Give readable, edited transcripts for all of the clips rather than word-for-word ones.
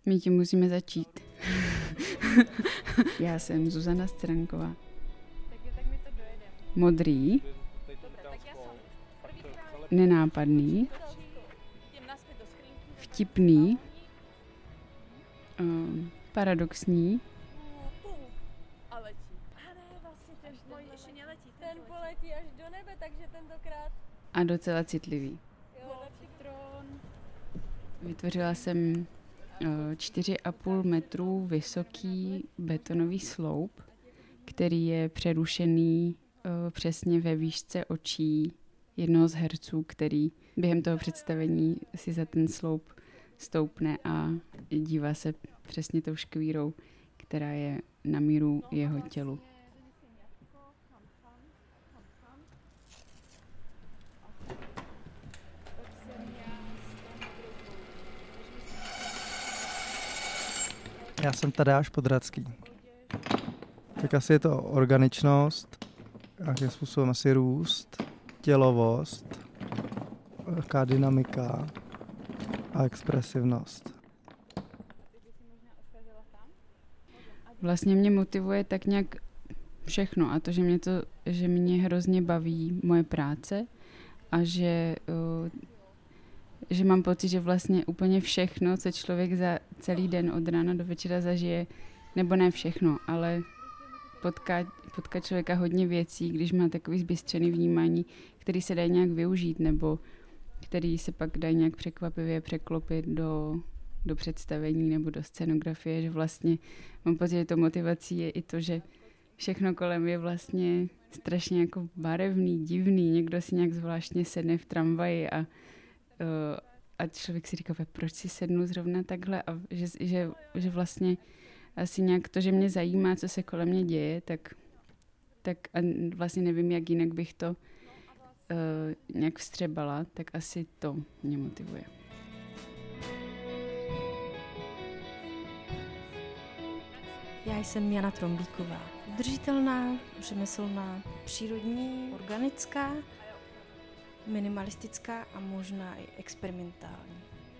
My tím musíme začít. Já jsem Zuzana Stranková. Tak mi to dojede. Modrý, nenápadný, vtipný, paradoxní, A letí. A ne, vlastně ten můj ještě neletí. Ten poletí až do nebe, takže tentokrát. a docela citlivý. Jo, Lepšitron. Vytvořila jsem 4,5 metru vysoký betonový sloup, který je přerušený přesně ve výšce očí jednoho z herců, který během toho představení si za ten sloup stoupne a dívá se přesně tou škvírou, která je na míru jeho tělu. Já jsem Tadeáš Podradský. Tak asi je to organičnost, nějakým způsobem asi růst, tělovost, velká dynamika a expresivnost. Vlastně mě motivuje tak nějak všechno a to, že mě hrozně baví moje práce a že mám pocit, že vlastně úplně všechno, co člověk za celý den od rána do večera zažije, nebo ne všechno, ale potká člověka hodně věcí, když má takový zbystřený vnímání, který se dají nějak využít, nebo který se pak dají nějak překvapivě překlopit do představení nebo do scenografie, že vlastně mám pocit, že to motivací je i to, že všechno kolem je vlastně strašně jako barevný, divný, někdo si nějak zvláštně sedne v tramvaji a člověk si říká, proč si sednu zrovna takhle a že vlastně asi nějak to, že mě zajímá, co se kolem mě děje, tak a vlastně nevím, jak jinak bych to nějak vstřebala, tak asi to mě motivuje. Já jsem Jana Trombíková. Udržitelná, řemeslná, přírodní, organická, minimalistická a možná i experimentální.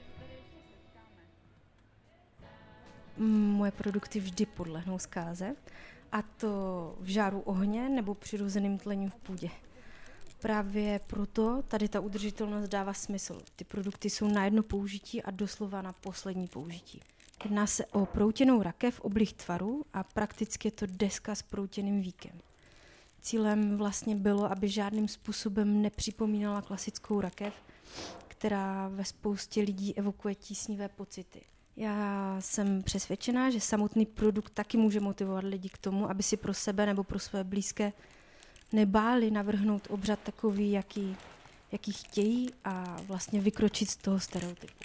Moje produkty vždy podlehnou zkáze, a to v žáru ohně nebo přirozeným tlením v půdě. Právě proto tady ta udržitelnost dává smysl. Ty produkty jsou na jedno použití a doslova na poslední použití. Jedná se o proutěnou rakev oblých tvarů a prakticky je to deska s proutěným víkem. Cílem vlastně bylo, aby žádným způsobem nepřipomínala klasickou rakev, která ve spoustě lidí evokuje tísnivé pocity. Já jsem přesvědčená, že samotný produkt taky může motivovat lidi k tomu, aby si pro sebe nebo pro své blízké nebáli navrhnout obřad takový, jaký chtějí a vlastně vykročit z toho stereotypu.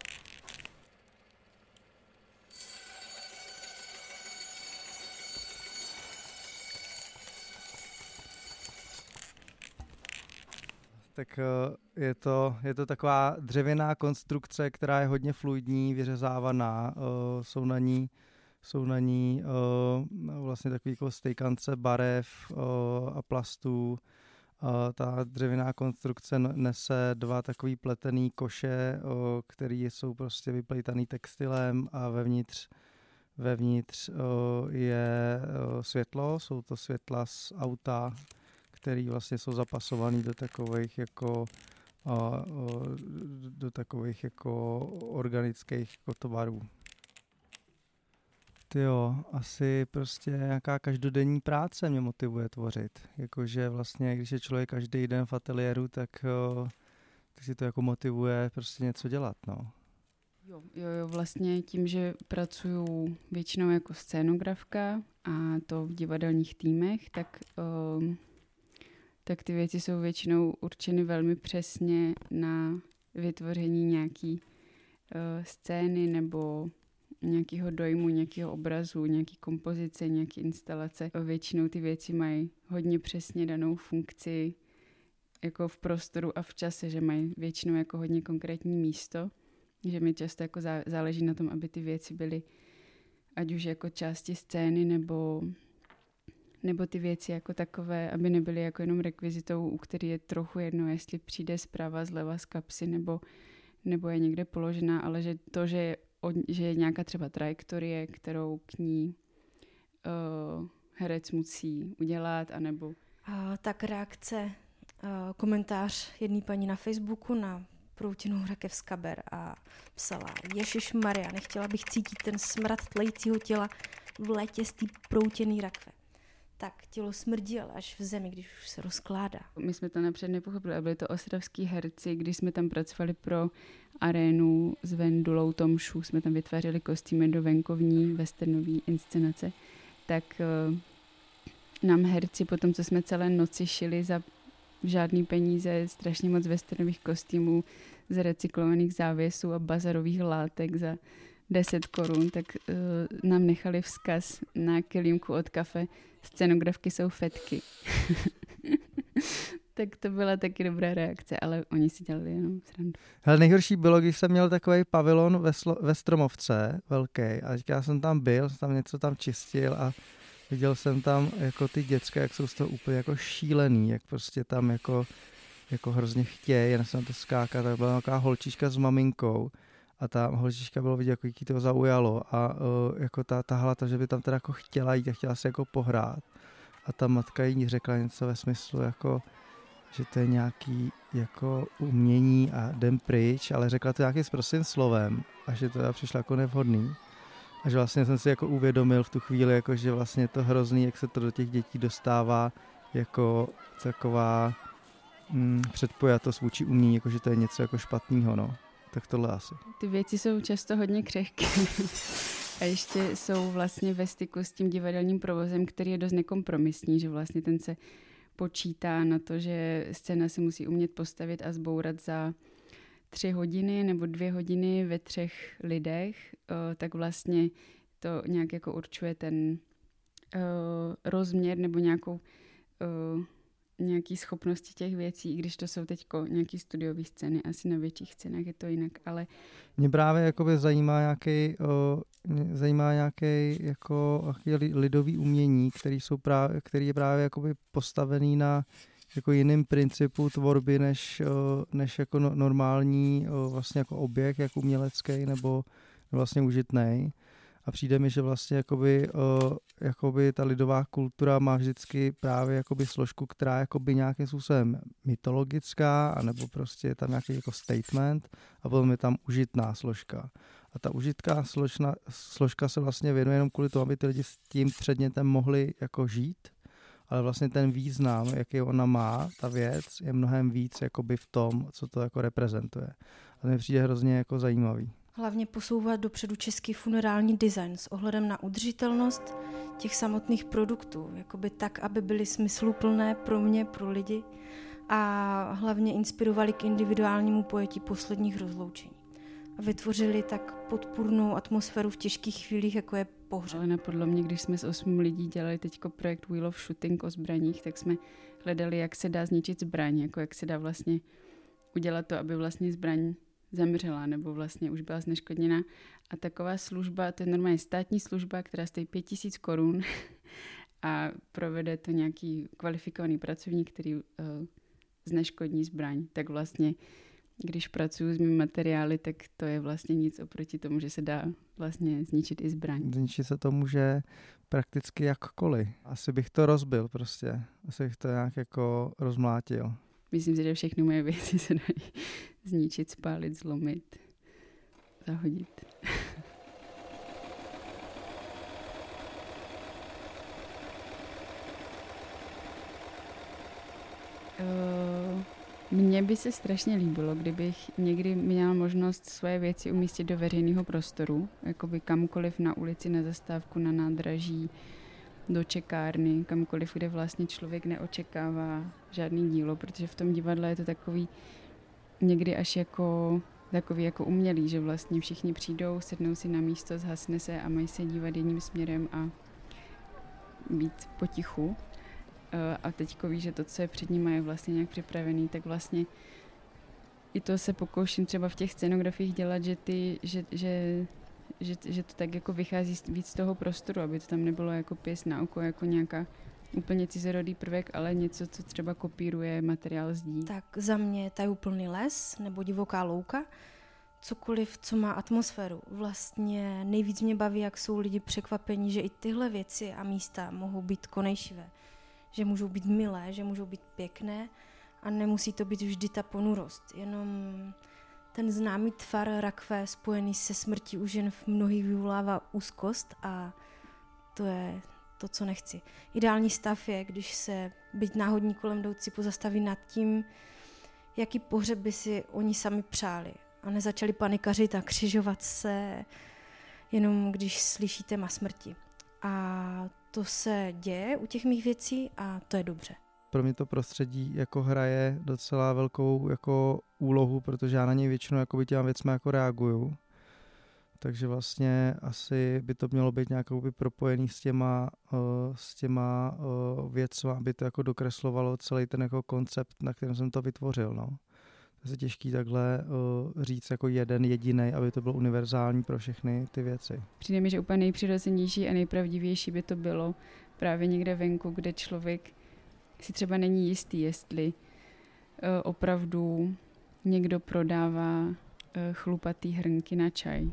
Tak je to taková dřevěná konstrukce, která je hodně fluidní, vyřezávaná. Jsou na ní vlastně takové jako stejkance barev a plastů. Ta dřevěná konstrukce nese 2 takový pletený koše, které jsou prostě vyplejtaný textilem a vevnitř je světlo. Jsou to světla z auta, který vlastně jsou zapasovaný do takových jako organických jako tovarů. Asi prostě nějaká každodenní práce mě motivuje tvořit. Jakože vlastně, když je člověk každý den v ateliéru, tak si to jako motivuje prostě něco dělat, no. Jo, vlastně tím, že pracuju většinou jako scénografka a to v divadelních týmech, tak ty věci jsou většinou určeny velmi přesně na vytvoření nějaký scény nebo nějakého dojmu, nějakého obrazu, nějaký kompozice, nějaký instalace. Většinou ty věci mají hodně přesně danou funkci jako v prostoru a v čase, že mají většinou jako hodně konkrétní místo, že mi často jako záleží na tom, aby ty věci byly ať už jako části scény nebo ty věci jako takové, aby nebyly jako jenom rekvizitou, u který je trochu jedno, jestli přijde zprava, zleva z kapsy nebo je někde položená, ale že to, že že je nějaká třeba trajektorie, kterou k ní herec musí udělat, anebo... Tak reakce, komentář jedné paní na Facebooku na Proutinu rakev z Kaber a psala: Ježišmarja, nechtěla bych cítit ten smrad tlejícího těla v létě z té proutěný rakve. Tak tělo smrdí, ale až v zemi, když už se rozkládá. My jsme to napřed nepochopili a byli to ostravský herci, když jsme tam pracovali pro arénu s Vendulou Tomšu, jsme tam vytvářeli kostýmy do venkovní westernové inscenace, tak nám herci potom, co jsme celé noci šili za žádný peníze, strašně moc westernových kostýmů z recyklovaných závěsů a bazarových látek za 10 korun, tak nám nechali vzkaz na kelímku od kafe: scenografky jsou fetky. Tak to byla taky dobrá reakce, ale oni si dělali jenom srandu. Hele, nejhorší bylo, když jsem měl takový pavilon ve Stromovce, velký, a teďka já jsem tam byl, tam něco tam čistil a viděl jsem tam jako ty děcka, jak jsou z toho úplně jako šílený, jak prostě tam jako hrozně chtějí, jen se na to skákat, tak byla taková holčička s maminkou a ta holčička bylo vidět, jako jí to zaujalo a jako tahala to, že by tam teda jako chtěla jít a chtěla se jako pohrát. A ta matka jí řekla něco ve smyslu jako, že to je nějaký jako umění a jdem pryč, ale řekla to nějakým prostým slovem a že to přišlo jako nevhodný. A že vlastně jsem si jako uvědomil v tu chvíli, jako, že vlastně je to hrozný, jak se to do těch dětí dostává jako taková předpojatost vůči umění, jako že to je něco jako špatného, no. Tak tohle asi. Ty věci jsou často hodně křehké. A ještě jsou vlastně ve styku s tím divadelním provozem, který je dost nekompromisní, že vlastně ten se počítá na to, že scéna se musí umět postavit a zbourat za 3 hodiny nebo 2 hodiny ve 3 lidech, tak vlastně to nějak jako určuje ten rozměr nebo nějaký schopnosti těch věcí, i když to jsou teďko nějaký studiové scény, asi na větších scénách je to jinak, ale... Mě právě jakoby zajímá nějaký jako lidový umění, který je právě jakoby postavený na jako jiným principu tvorby než jako normální vlastně jako objekt, jako umělecký nebo vlastně užitnej. A přijde mi, že vlastně jakoby ta lidová kultura má vždycky právě jakoby složku, která je jakoby nějakým způsobem mytologická, anebo prostě je tam nějaký jako statement a potom je tam užitná složka. A ta užitká složka se vlastně věnuje jenom kvůli tomu, aby ty lidi s tím předmětem mohli jako žít, ale vlastně ten význam, jaký ona má, ta věc, je mnohem víc jakoby v tom, co to jako reprezentuje. A to mi přijde hrozně jako zajímavý. Hlavně posouvat dopředu český funerální design s ohledem na udržitelnost těch samotných produktů, jakoby tak, aby byly smysluplné pro mě, pro lidi a hlavně inspirovali k individuálnímu pojetí posledních rozloučení. A vytvořili tak podpůrnou atmosféru v těžkých chvílích, jako je pohřeb. Ale napadlo mě, když jsme s 8 lidí dělali teďko projekt Wheel of Shooting o zbraních, tak jsme hledali, jak se dá zničit zbraň, jako jak se dá vlastně udělat to, aby vlastně zbraň zemřela nebo vlastně už byla zneškodněna. A taková služba, to je normálně státní služba, která stojí 5 000 korun a provede to nějaký kvalifikovaný pracovník, který zneškodní zbraň. Tak vlastně, když pracuji s mými materiály, tak to je vlastně nic oproti tomu, že se dá vlastně zničit i zbraň. Zničit se to může prakticky jakkoliv. Asi bych to rozbil prostě. Asi bych to nějak jako rozmlátil. Myslím si, že všechny moje věci se dají zničit, spálit, zlomit, zahodit. Mně by se strašně líbilo, kdybych někdy měla možnost svoje věci umístit do veřejného prostoru, jakoby kamkoliv na ulici, na zastávku, na nádraží, do čekárny, kamkoliv, kde vlastně člověk neočekává žádný dílo, protože v tom divadle je to takový někdy až jako takový jako umělý, že vlastně všichni přijdou, sednou si na místo, zhasne se a mají se dívat jedním směrem a být potichu. A teďko ví, že to, co je před nimi, je vlastně nějak připravený, tak vlastně i to se pokouším třeba v těch scenografiích dělat, že to tak jako vychází víc z toho prostoru, aby to tam nebylo jako pěst na oko, jako nějaká úplně cizorodý prvek, ale něco, co třeba kopíruje materiál zdí. Tak za mě tajuplný les nebo divoká louka, cokoliv, co má atmosféru. Vlastně nejvíc mě baví, jak jsou lidi překvapení, že i tyhle věci a místa mohou být konejšivé. Že můžou být milé, že můžou být pěkné a nemusí to být vždy ta ponurost. Jenom ten známý tvar rakve spojený se smrtí u žen v mnohých vyvolává úzkost a to je to, co nechci. Ideální stav je, když se byť náhodní kolem jdoucí pozastaví nad tím, jaký pohřeb by si oni sami přáli a nezačali panikařit a křižovat se, jenom když slyší téma smrti. A to se děje u těch mých věcí a to je dobře. Pro mě to prostředí jako hraje docela velkou jako úlohu, protože já na něj většinou jakoby těma věcmi jako reaguju. Takže vlastně asi by to mělo být nějak propojený s těma věcmi, aby to jako dokreslovalo celý ten jako koncept, na kterém jsem to vytvořil. No. To je těžký takhle říct jako jeden jedinej, aby to bylo univerzální pro všechny ty věci. Přijde mi, že úplně nejpřirozenější a nejpravdivější by to bylo právě někde venku, kde člověk si třeba není jistý, jestli opravdu někdo prodává chlupatý hrnky na čaj.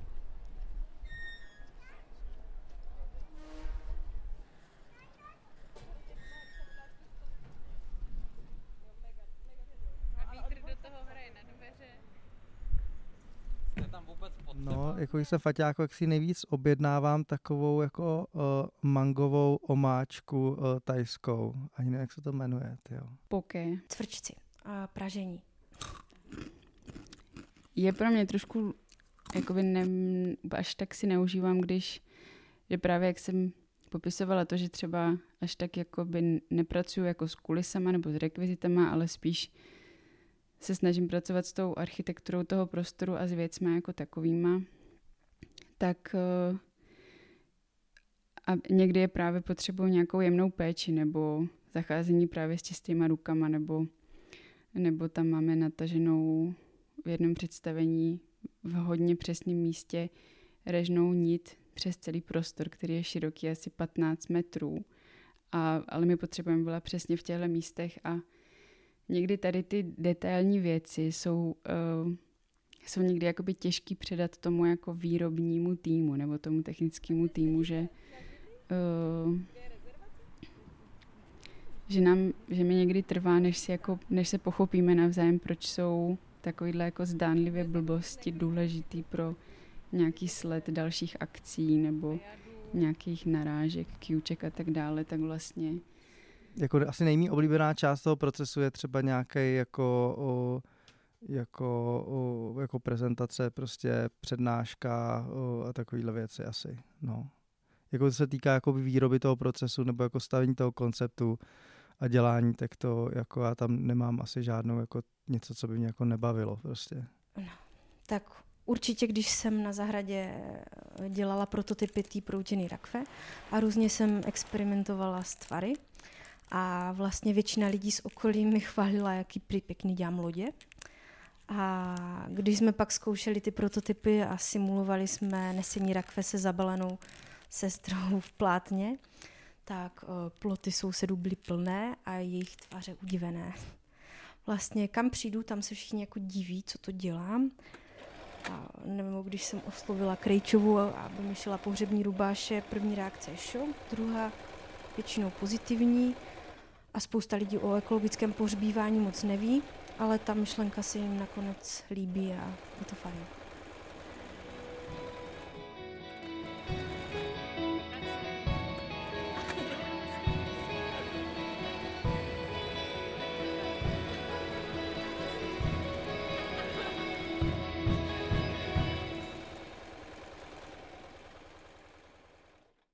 No, jako když jsem faťáko, jak si nejvíc objednávám takovou jako mangovou omáčku thajskou. Ani nevím, jak se to jmenuje, tyjo. Poké. Cvrčci a pražení. Je pro mě trošku, jakoby až tak si neužívám, že právě jak jsem popisovala to, že třeba až tak jakoby nepracuju jako s kulisama nebo s rekvizitama, ale spíš se snažím pracovat s tou architekturou toho prostoru a s věcmi jako takovýma, tak a někdy je právě potřebuji nějakou jemnou péči nebo zacházení právě s čistýma rukama, nebo tam máme nataženou v jednom představení v hodně přesném místě režnou nit přes celý prostor, který je široký asi 15 metrů. Ale my potřebujeme byla přesně v těchto místech a někdy tady ty detailní věci jsou někdy jakoby těžký předat tomu jako výrobnímu týmu nebo tomu technickému týmu, že mi někdy trvá, než se pochopíme navzájem, proč jsou takovýhle jako zdánlivě blbosti důležitý pro nějaký sled dalších akcí nebo nějakých narážek, kýček a tak dále, tak vlastně jako asi nejmí oblíbená část toho procesu je třeba nějaký jako prezentace, prostě přednáška a takovýhle věci asi, no. Jako se týká jako výroby toho procesu nebo jako stavení toho konceptu a dělání, tak to jako já tam nemám asi žádnou jako něco, co by mě jako nebavilo prostě. No, tak určitě, když jsem na zahradě dělala prototypy té proutěný rakve a různě jsem experimentovala s tvary a vlastně většina lidí z okolí mi chválila, jaký pěkný dělám lodě. A když jsme pak zkoušeli ty prototypy a simulovali jsme nesení rakve se zabalenou sestrou v plátně, tak ploty sousedů byly plné a jejich tváře udivené. Vlastně kam přijdu, tam se všichni jako diví, co to dělám. A nebo když jsem oslovila Krejčovu, aby mi šila pohřební rubáše, první reakce je šok, druhá většinou pozitivní a spousta lidí o ekologickém pohřbívání moc neví, ale ta myšlenka se jim nakonec líbí a je to fajn.